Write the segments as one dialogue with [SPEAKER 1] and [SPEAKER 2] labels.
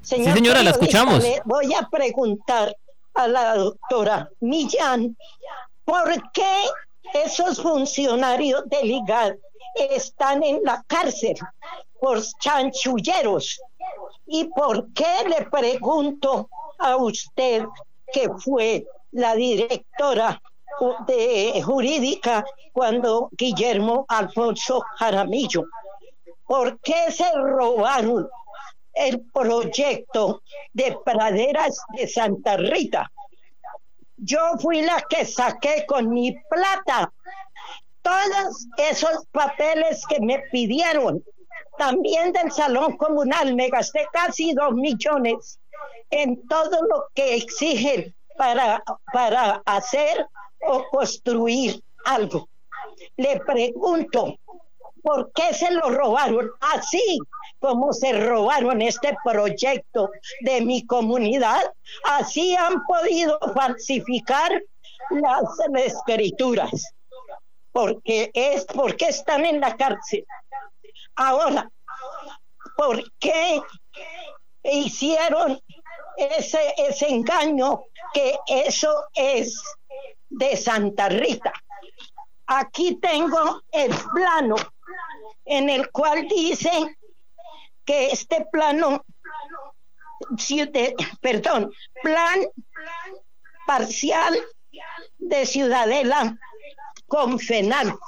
[SPEAKER 1] Sí,
[SPEAKER 2] Señor
[SPEAKER 1] señora, la
[SPEAKER 2] periodista,
[SPEAKER 1] escuchamos.
[SPEAKER 2] le voy a preguntar a la doctora Millán, ¿por qué esos funcionarios del IGAD están en la cárcel por chanchulleros? ¿Y por qué le pregunto a usted, que fue la directora de jurídica cuando Guillermo Alfonso Jaramillo? ¿Por qué se robaron el proyecto de praderas de Santa Rita? Yo fui la que saqué con mi plata todos esos papeles que me pidieron. También del salón comunal me gasté casi 2 millones en todo lo que exigen para hacer o construir algo. Le pregunto, ¿por qué se lo robaron? Así como se robaron este proyecto de mi comunidad, así han podido falsificar las escrituras, porque están en la cárcel. Ahora, ¿por qué hicieron ese engaño que eso es de Santa Rita? Aquí tengo el plano en el cual dice que este plano, plan parcial de Ciudadela con FENAL.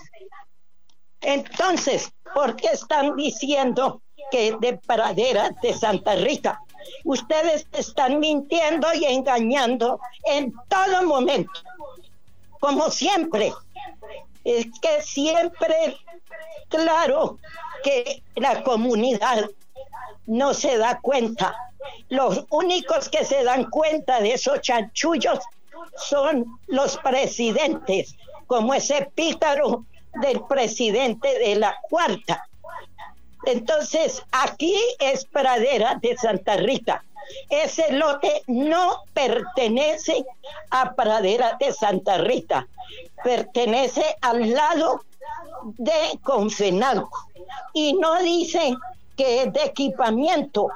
[SPEAKER 2] Entonces, ¿por qué están diciendo que de pradera de Santa Rita? Ustedes están mintiendo y engañando en todo momento, como siempre. Es que siempre, claro, que la comunidad no se da cuenta. Los únicos que se dan cuenta de esos chanchullos son los presidentes, como ese pícaro del presidente de la Cuarta. Entonces, aquí es pradera de Santa Rita. Ese lote no pertenece a pradera de Santa Rita, pertenece al lado de Confenalco y no dice que es de equipamiento.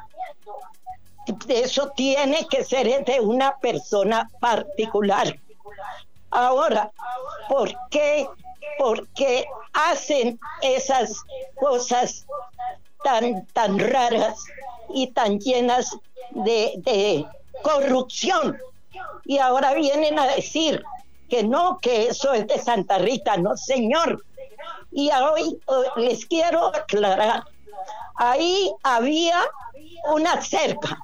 [SPEAKER 2] Eso tiene que ser de una persona particular. Ahora, ¿por qué hacen esas cosas tan raras y tan llenas de corrupción? Y ahora vienen a decir que no, que eso es de Santa Rita. No, señor. Y hoy les quiero aclarar, ahí había una cerca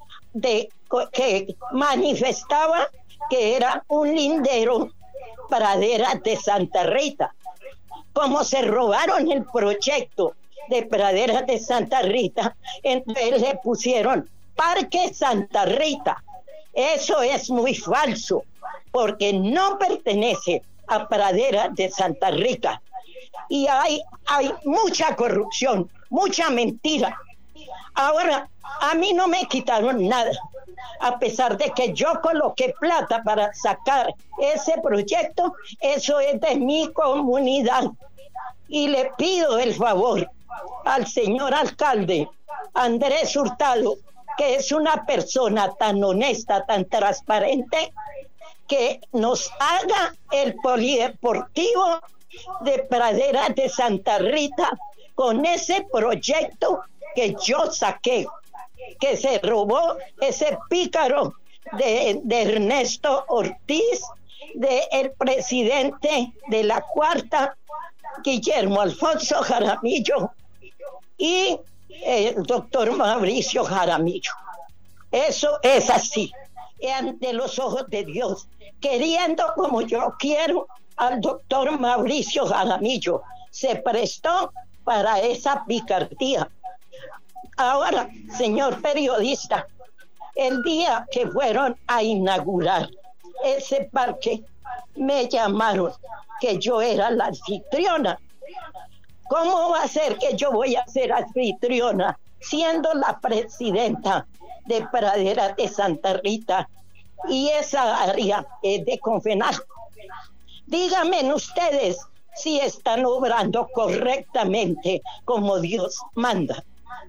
[SPEAKER 2] que manifestaba que era un lindero pradera de Santa Rita. Como se robaron el proyecto de pradera de Santa Rita, entonces le pusieron Parque Santa Rita. Eso es muy falso, porque no pertenece a pradera de Santa Rita. Y hay mucha corrupción, mucha mentira. Ahora, a mí no me quitaron nada, a pesar de que yo coloqué plata para sacar ese proyecto. Eso es de mi comunidad. Y le pido el favor al señor alcalde Andrés Hurtado, que es una persona tan honesta, tan transparente, que nos haga el polideportivo de pradera de Santa Rita con ese proyecto que yo saqué, que se robó ese pícaro de Ernesto Ortiz, del presidente de la Cuarta, Guillermo Alfonso Jaramillo, y el doctor Mauricio Jaramillo. Eso es así, ante los ojos de Dios, queriendo como yo quiero al doctor Mauricio Jaramillo. Se prestó para esa picardía. Ahora, señor periodista, el día que fueron a inaugurar ese parque, me llamaron que yo era la anfitriona. ¿Cómo va a ser que yo voy a ser anfitriona siendo la presidenta de pradera de Santa Rita y esa área es de Confenalco? Díganme ustedes si están obrando correctamente como Dios manda.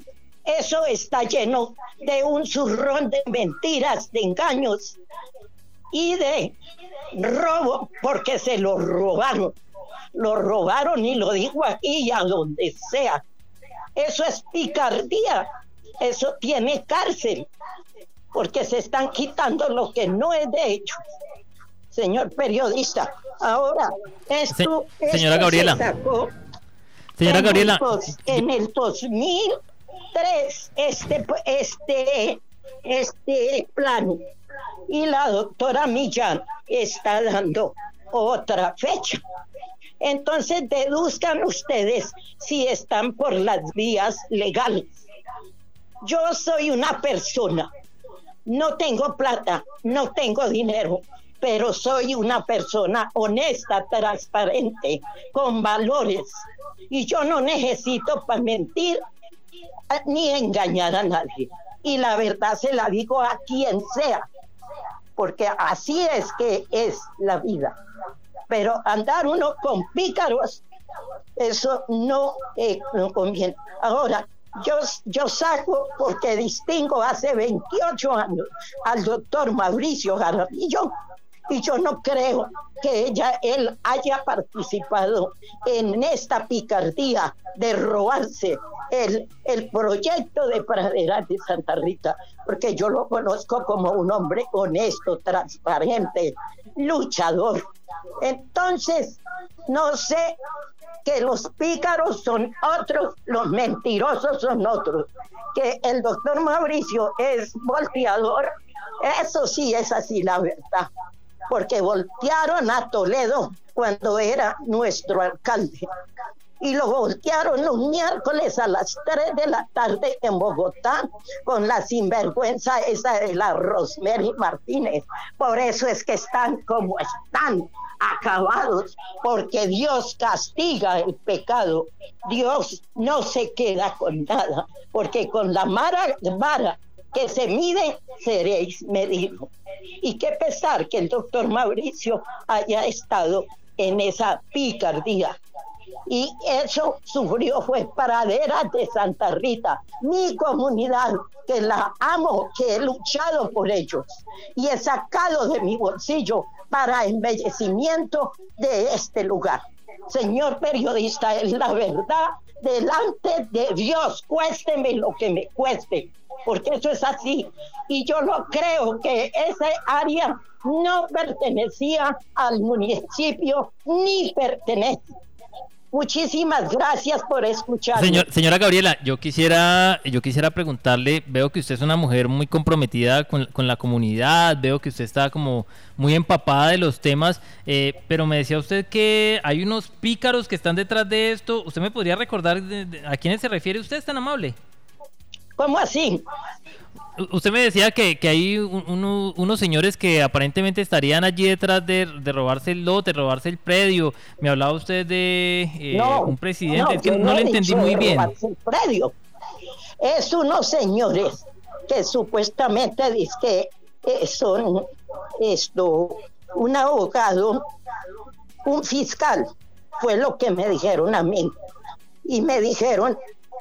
[SPEAKER 2] Eso está lleno de un zurrón de mentiras, de engaños y de robo, porque se lo robaron. Lo robaron y lo digo aquí y a donde sea. Eso es picardía. Eso tiene cárcel, porque se están quitando lo que no es de hecho. Señor periodista, ahora
[SPEAKER 1] señora Gabriela.
[SPEAKER 2] Se sacó
[SPEAKER 1] señora Gabriela,
[SPEAKER 2] en el 2003 este plan, y la doctora Millán está dando otra fecha. Entonces deduzcan ustedes si están por las vías legales. Yo soy una persona, no tengo plata, no tengo dinero, pero soy una persona honesta, transparente, con valores, y yo no necesito para mentir ni engañar a nadie, y la verdad se la digo a quien sea, porque así es que es la vida. Pero andar uno con pícaros, eso no conviene. Ahora, yo saco, porque distingo hace 28 años al doctor Mauricio Jaramillo, y yo no creo que él haya participado en esta picardía de robarse el proyecto de Praderas de Santa Rita, porque yo lo conozco como un hombre honesto, transparente, luchador. Entonces, no sé, que los pícaros son otros, los mentirosos son otros, que el doctor Mauricio es volteador, eso sí es así la verdad, porque voltearon a Toledo cuando era nuestro alcalde, y lo voltearon un miércoles a las 3 de la tarde en Bogotá con la sinvergüenza esa de la Rosemary Martínez. Por eso es que están como están, acabados, porque Dios castiga el pecado. Dios no se queda con nada, porque con la vara que se mide seréis medidos. Y qué pesar que el doctor Mauricio haya estado en esa picardía. Y eso sufrió fue Praderas de Santa Rita, mi comunidad, que la amo, que he luchado por ellos y he sacado de mi bolsillo para embellecimiento de este lugar. Señor periodista, es la verdad delante de Dios, cuésteme lo que me cueste, porque eso es así. Y yo lo creo que esa área no pertenecía al municipio, ni pertenece. Muchísimas gracias por escuchar.
[SPEAKER 1] Señora Gabriela, yo quisiera preguntarle, veo que usted es una mujer muy comprometida con la comunidad, veo que usted está como muy empapada de los temas, pero me decía usted que hay unos pícaros que están detrás de esto. ¿Usted me podría recordar a quiénes se refiere usted, es tan amable?
[SPEAKER 2] ¿Cómo así?
[SPEAKER 1] Usted me decía que hay unos señores que aparentemente estarían allí detrás de robarse el lote, robarse el predio. Me hablaba usted de un presidente, es que no le entendí muy bien.
[SPEAKER 2] El predio. Es unos señores que supuestamente dicen que son un abogado, un fiscal, fue lo que me dijeron a mí. Y me dieron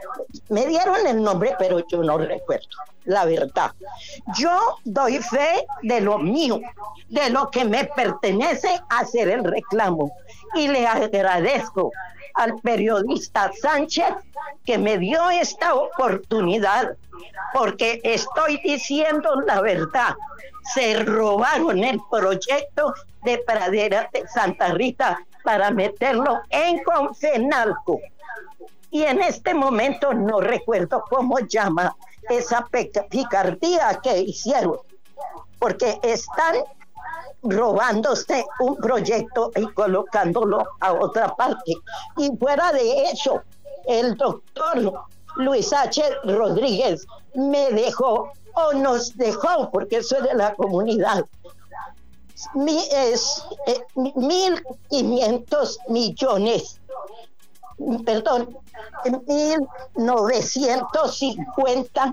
[SPEAKER 2] el nombre, pero yo no recuerdo. La verdad, yo doy fe de lo mío, de lo que me pertenece hacer el reclamo, y le agradezco al periodista Sánchez que me dio esta oportunidad, porque estoy diciendo la verdad. Se robaron el proyecto de Praderas de Santa Rita para meterlo en Confenalco, y en este momento no recuerdo cómo llama esa picardía que hicieron, porque están robándose un proyecto y colocándolo a otra parte. Y fuera de eso, el doctor Luis H. Rodríguez me dejó, o nos dejó, porque eso es de la comunidad, 1.500 millones, perdón, 1.950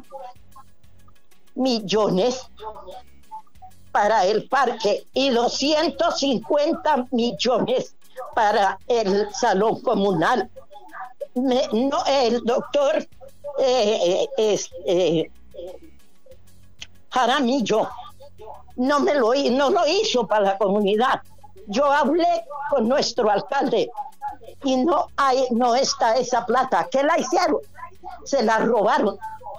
[SPEAKER 2] millones para el parque y 250 millones para el salón comunal. El doctor Jaramillo no lo hizo para la comunidad. Yo hablé con nuestro alcalde y no está esa plata. ¿Qué la hicieron? Se la robaron.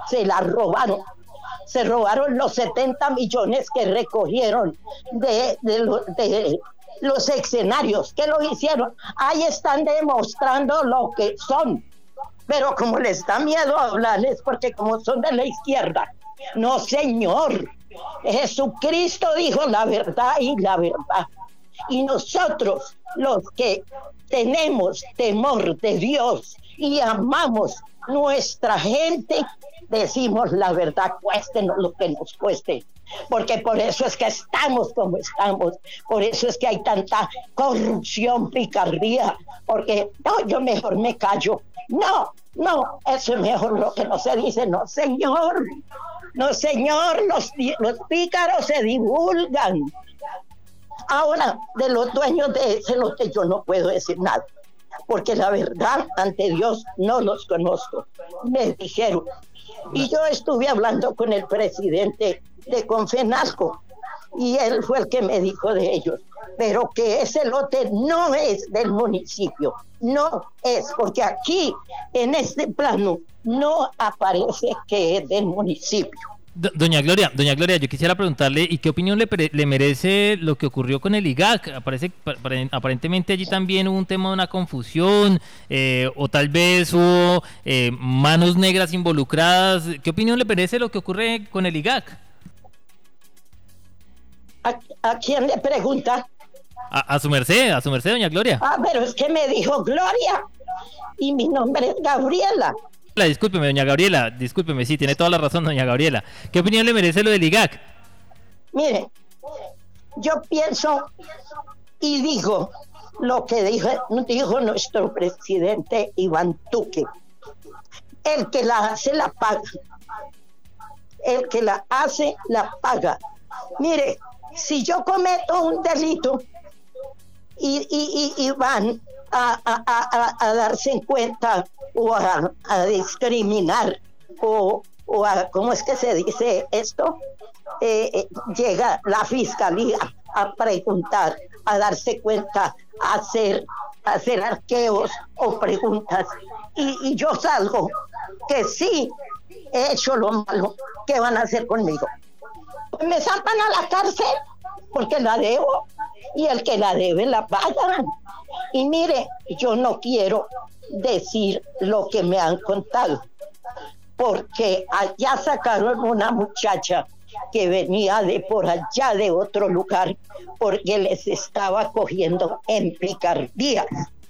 [SPEAKER 2] Se robaron los 70 millones que recogieron de los escenarios. ¿Qué lo hicieron? Ahí están demostrando lo que son. Pero como les da miedo hablarles, porque como son de la izquierda. No, señor. Jesucristo dijo la verdad y la verdad. Y nosotros, los que tenemos temor de Dios y amamos nuestra gente, decimos la verdad, cuéstenos lo que nos cueste. Porque por eso es que estamos como estamos, por eso es que hay tanta corrupción, picardía, porque no, yo mejor me callo. No, eso es mejor lo que no se dice. No, señor, los pícaros se divulgan. Ahora, de los dueños de ese lote yo no puedo decir nada, porque la verdad ante Dios no los conozco. Me dijeron, y yo estuve hablando con el presidente de Confenalco, y él fue el que me dijo de ellos, pero que ese lote no es del municipio, no es, porque aquí en este plano no aparece que es del municipio.
[SPEAKER 1] Doña Gloria, yo quisiera preguntarle, ¿y qué opinión le merece lo que ocurrió con el IGAC? Aparentemente allí también hubo un tema de una confusión, o tal vez hubo manos negras involucradas. ¿Qué opinión le merece lo que ocurre con el IGAC?
[SPEAKER 2] ¿A quién le pregunta?
[SPEAKER 1] A su merced, doña Gloria.
[SPEAKER 2] Pero es que me dijo Gloria, y mi nombre es Gabriela.
[SPEAKER 1] Discúlpeme, doña Gabriela, sí, tiene toda la razón, doña Gabriela. ¿Qué opinión le merece lo del IGAC?
[SPEAKER 2] Mire, yo pienso y digo lo que dijo nuestro presidente Iván Duque. El que la hace, la paga. El que la hace, la paga. Mire, si yo cometo un delito y van a darse en cuenta o a discriminar o a, ¿cómo es que se dice esto? Llega la fiscalía a preguntar, a darse cuenta, a hacer arqueos o preguntas, y yo salgo que sí he hecho lo malo. ¿Qué van a hacer conmigo? Pues me zampan a la cárcel porque la debo, y el que la debe la paga. Y mire, yo no quiero decir lo que me han contado, porque allá sacaron una muchacha que venía de por allá de otro lugar, porque les estaba cogiendo en picardías.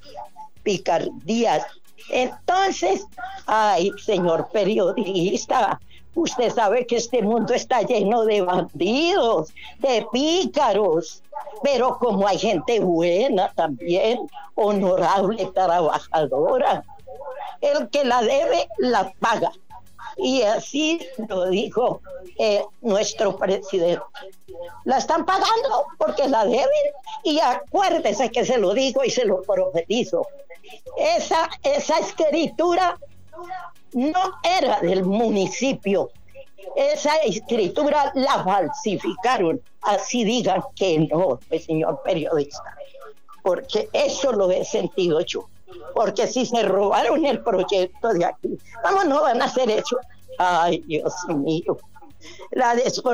[SPEAKER 2] Entonces, ay, señor periodista, usted sabe que este mundo está lleno de bandidos, de pícaros, pero como hay gente buena también, honorable, trabajadora, el que la debe, la paga. Y así lo dijo nuestro presidente. La están pagando porque la deben, y acuérdese que se lo digo y se lo profetizo. Esa escritura no era del municipio. Esa escritura la falsificaron. Así digan que no, señor periodista, porque eso lo he sentido yo. Porque si se robaron el proyecto de aquí, ¿cómo no van a hacer eso? Ay, Dios mío. La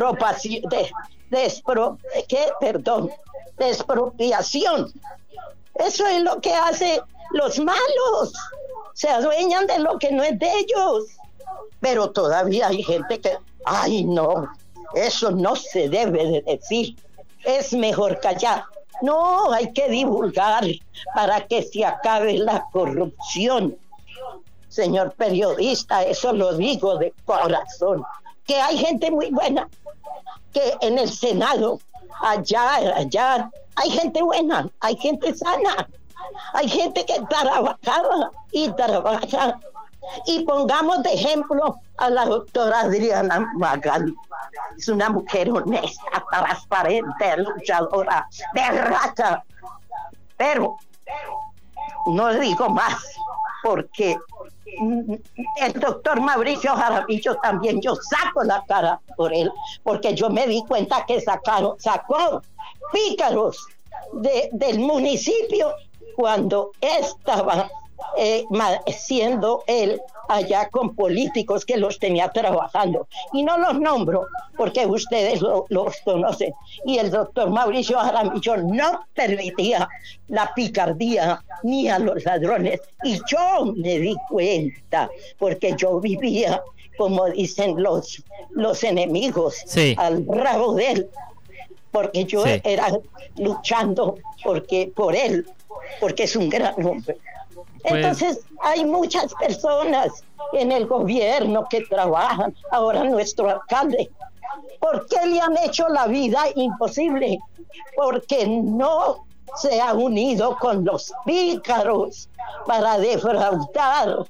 [SPEAKER 2] despropiación. Eso es lo que hacen los malos. Se adueñan de lo que no es de ellos. Pero todavía hay gente que, ay, no, eso no se debe de decir. Es mejor callar. No, hay que divulgar para que se acabe la corrupción. Señor periodista, eso lo digo de corazón. Que hay gente muy buena, que en el Senado, allá, hay gente buena, hay gente sana, hay gente que trabajaba y trabaja. Y pongamos de ejemplo a la doctora Adriana Magali. Es una mujer honesta, transparente, luchadora, berraca. Pero no digo más. porque mm, el doctor Mauricio Jaramillo también yo saco la cara por él, porque yo me di cuenta que sacó pícaros del municipio cuando estaba siendo él allá con políticos que los tenía trabajando. Y no los nombro porque ustedes los conocen. Y el doctor Mauricio Jaramillo no permitía la picardía ni a los ladrones. Y yo me di cuenta porque yo vivía, como dicen los enemigos,
[SPEAKER 1] Sí.
[SPEAKER 2] al rabo de él. Porque yo
[SPEAKER 1] Sí.
[SPEAKER 2] era luchando por él, porque es un gran hombre.
[SPEAKER 1] Pues-
[SPEAKER 2] Entonces, hay muchas personas en el gobierno que trabajan. Ahora nuestro alcalde, ¿por qué le han hecho la vida imposible? Porque no se ha unido con los pícaros para defraudar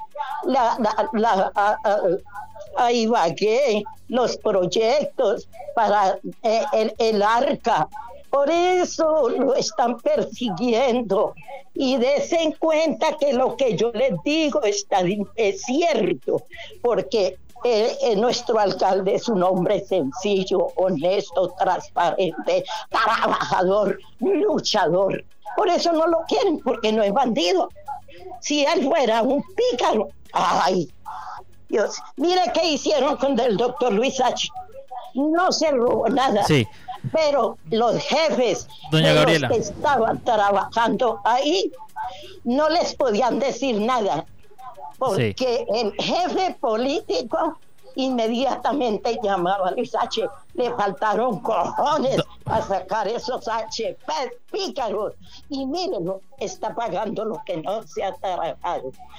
[SPEAKER 2] a Ibagué, los proyectos para el arca. Por eso lo están persiguiendo. Y desen cuenta que lo que yo les digo es cierto, porque nuestro alcalde es un hombre sencillo, honesto, transparente, trabajador, luchador. Por eso no lo quieren, porque no es bandido. Si él fuera un pícaro, ¡ay! Dios, mire qué hicieron con el doctor Luis H. No se robó nada.
[SPEAKER 1] Sí.
[SPEAKER 2] Pero los jefes
[SPEAKER 1] Doña
[SPEAKER 2] de
[SPEAKER 1] Gabriela.
[SPEAKER 2] los que estaban trabajando ahí no les podían decir nada, porque el jefe político inmediatamente llamaba a Luis H. Le faltaron cojones a sacar esos HP pícaros. Y mírenlo, está pagando lo que no se ha trabajado.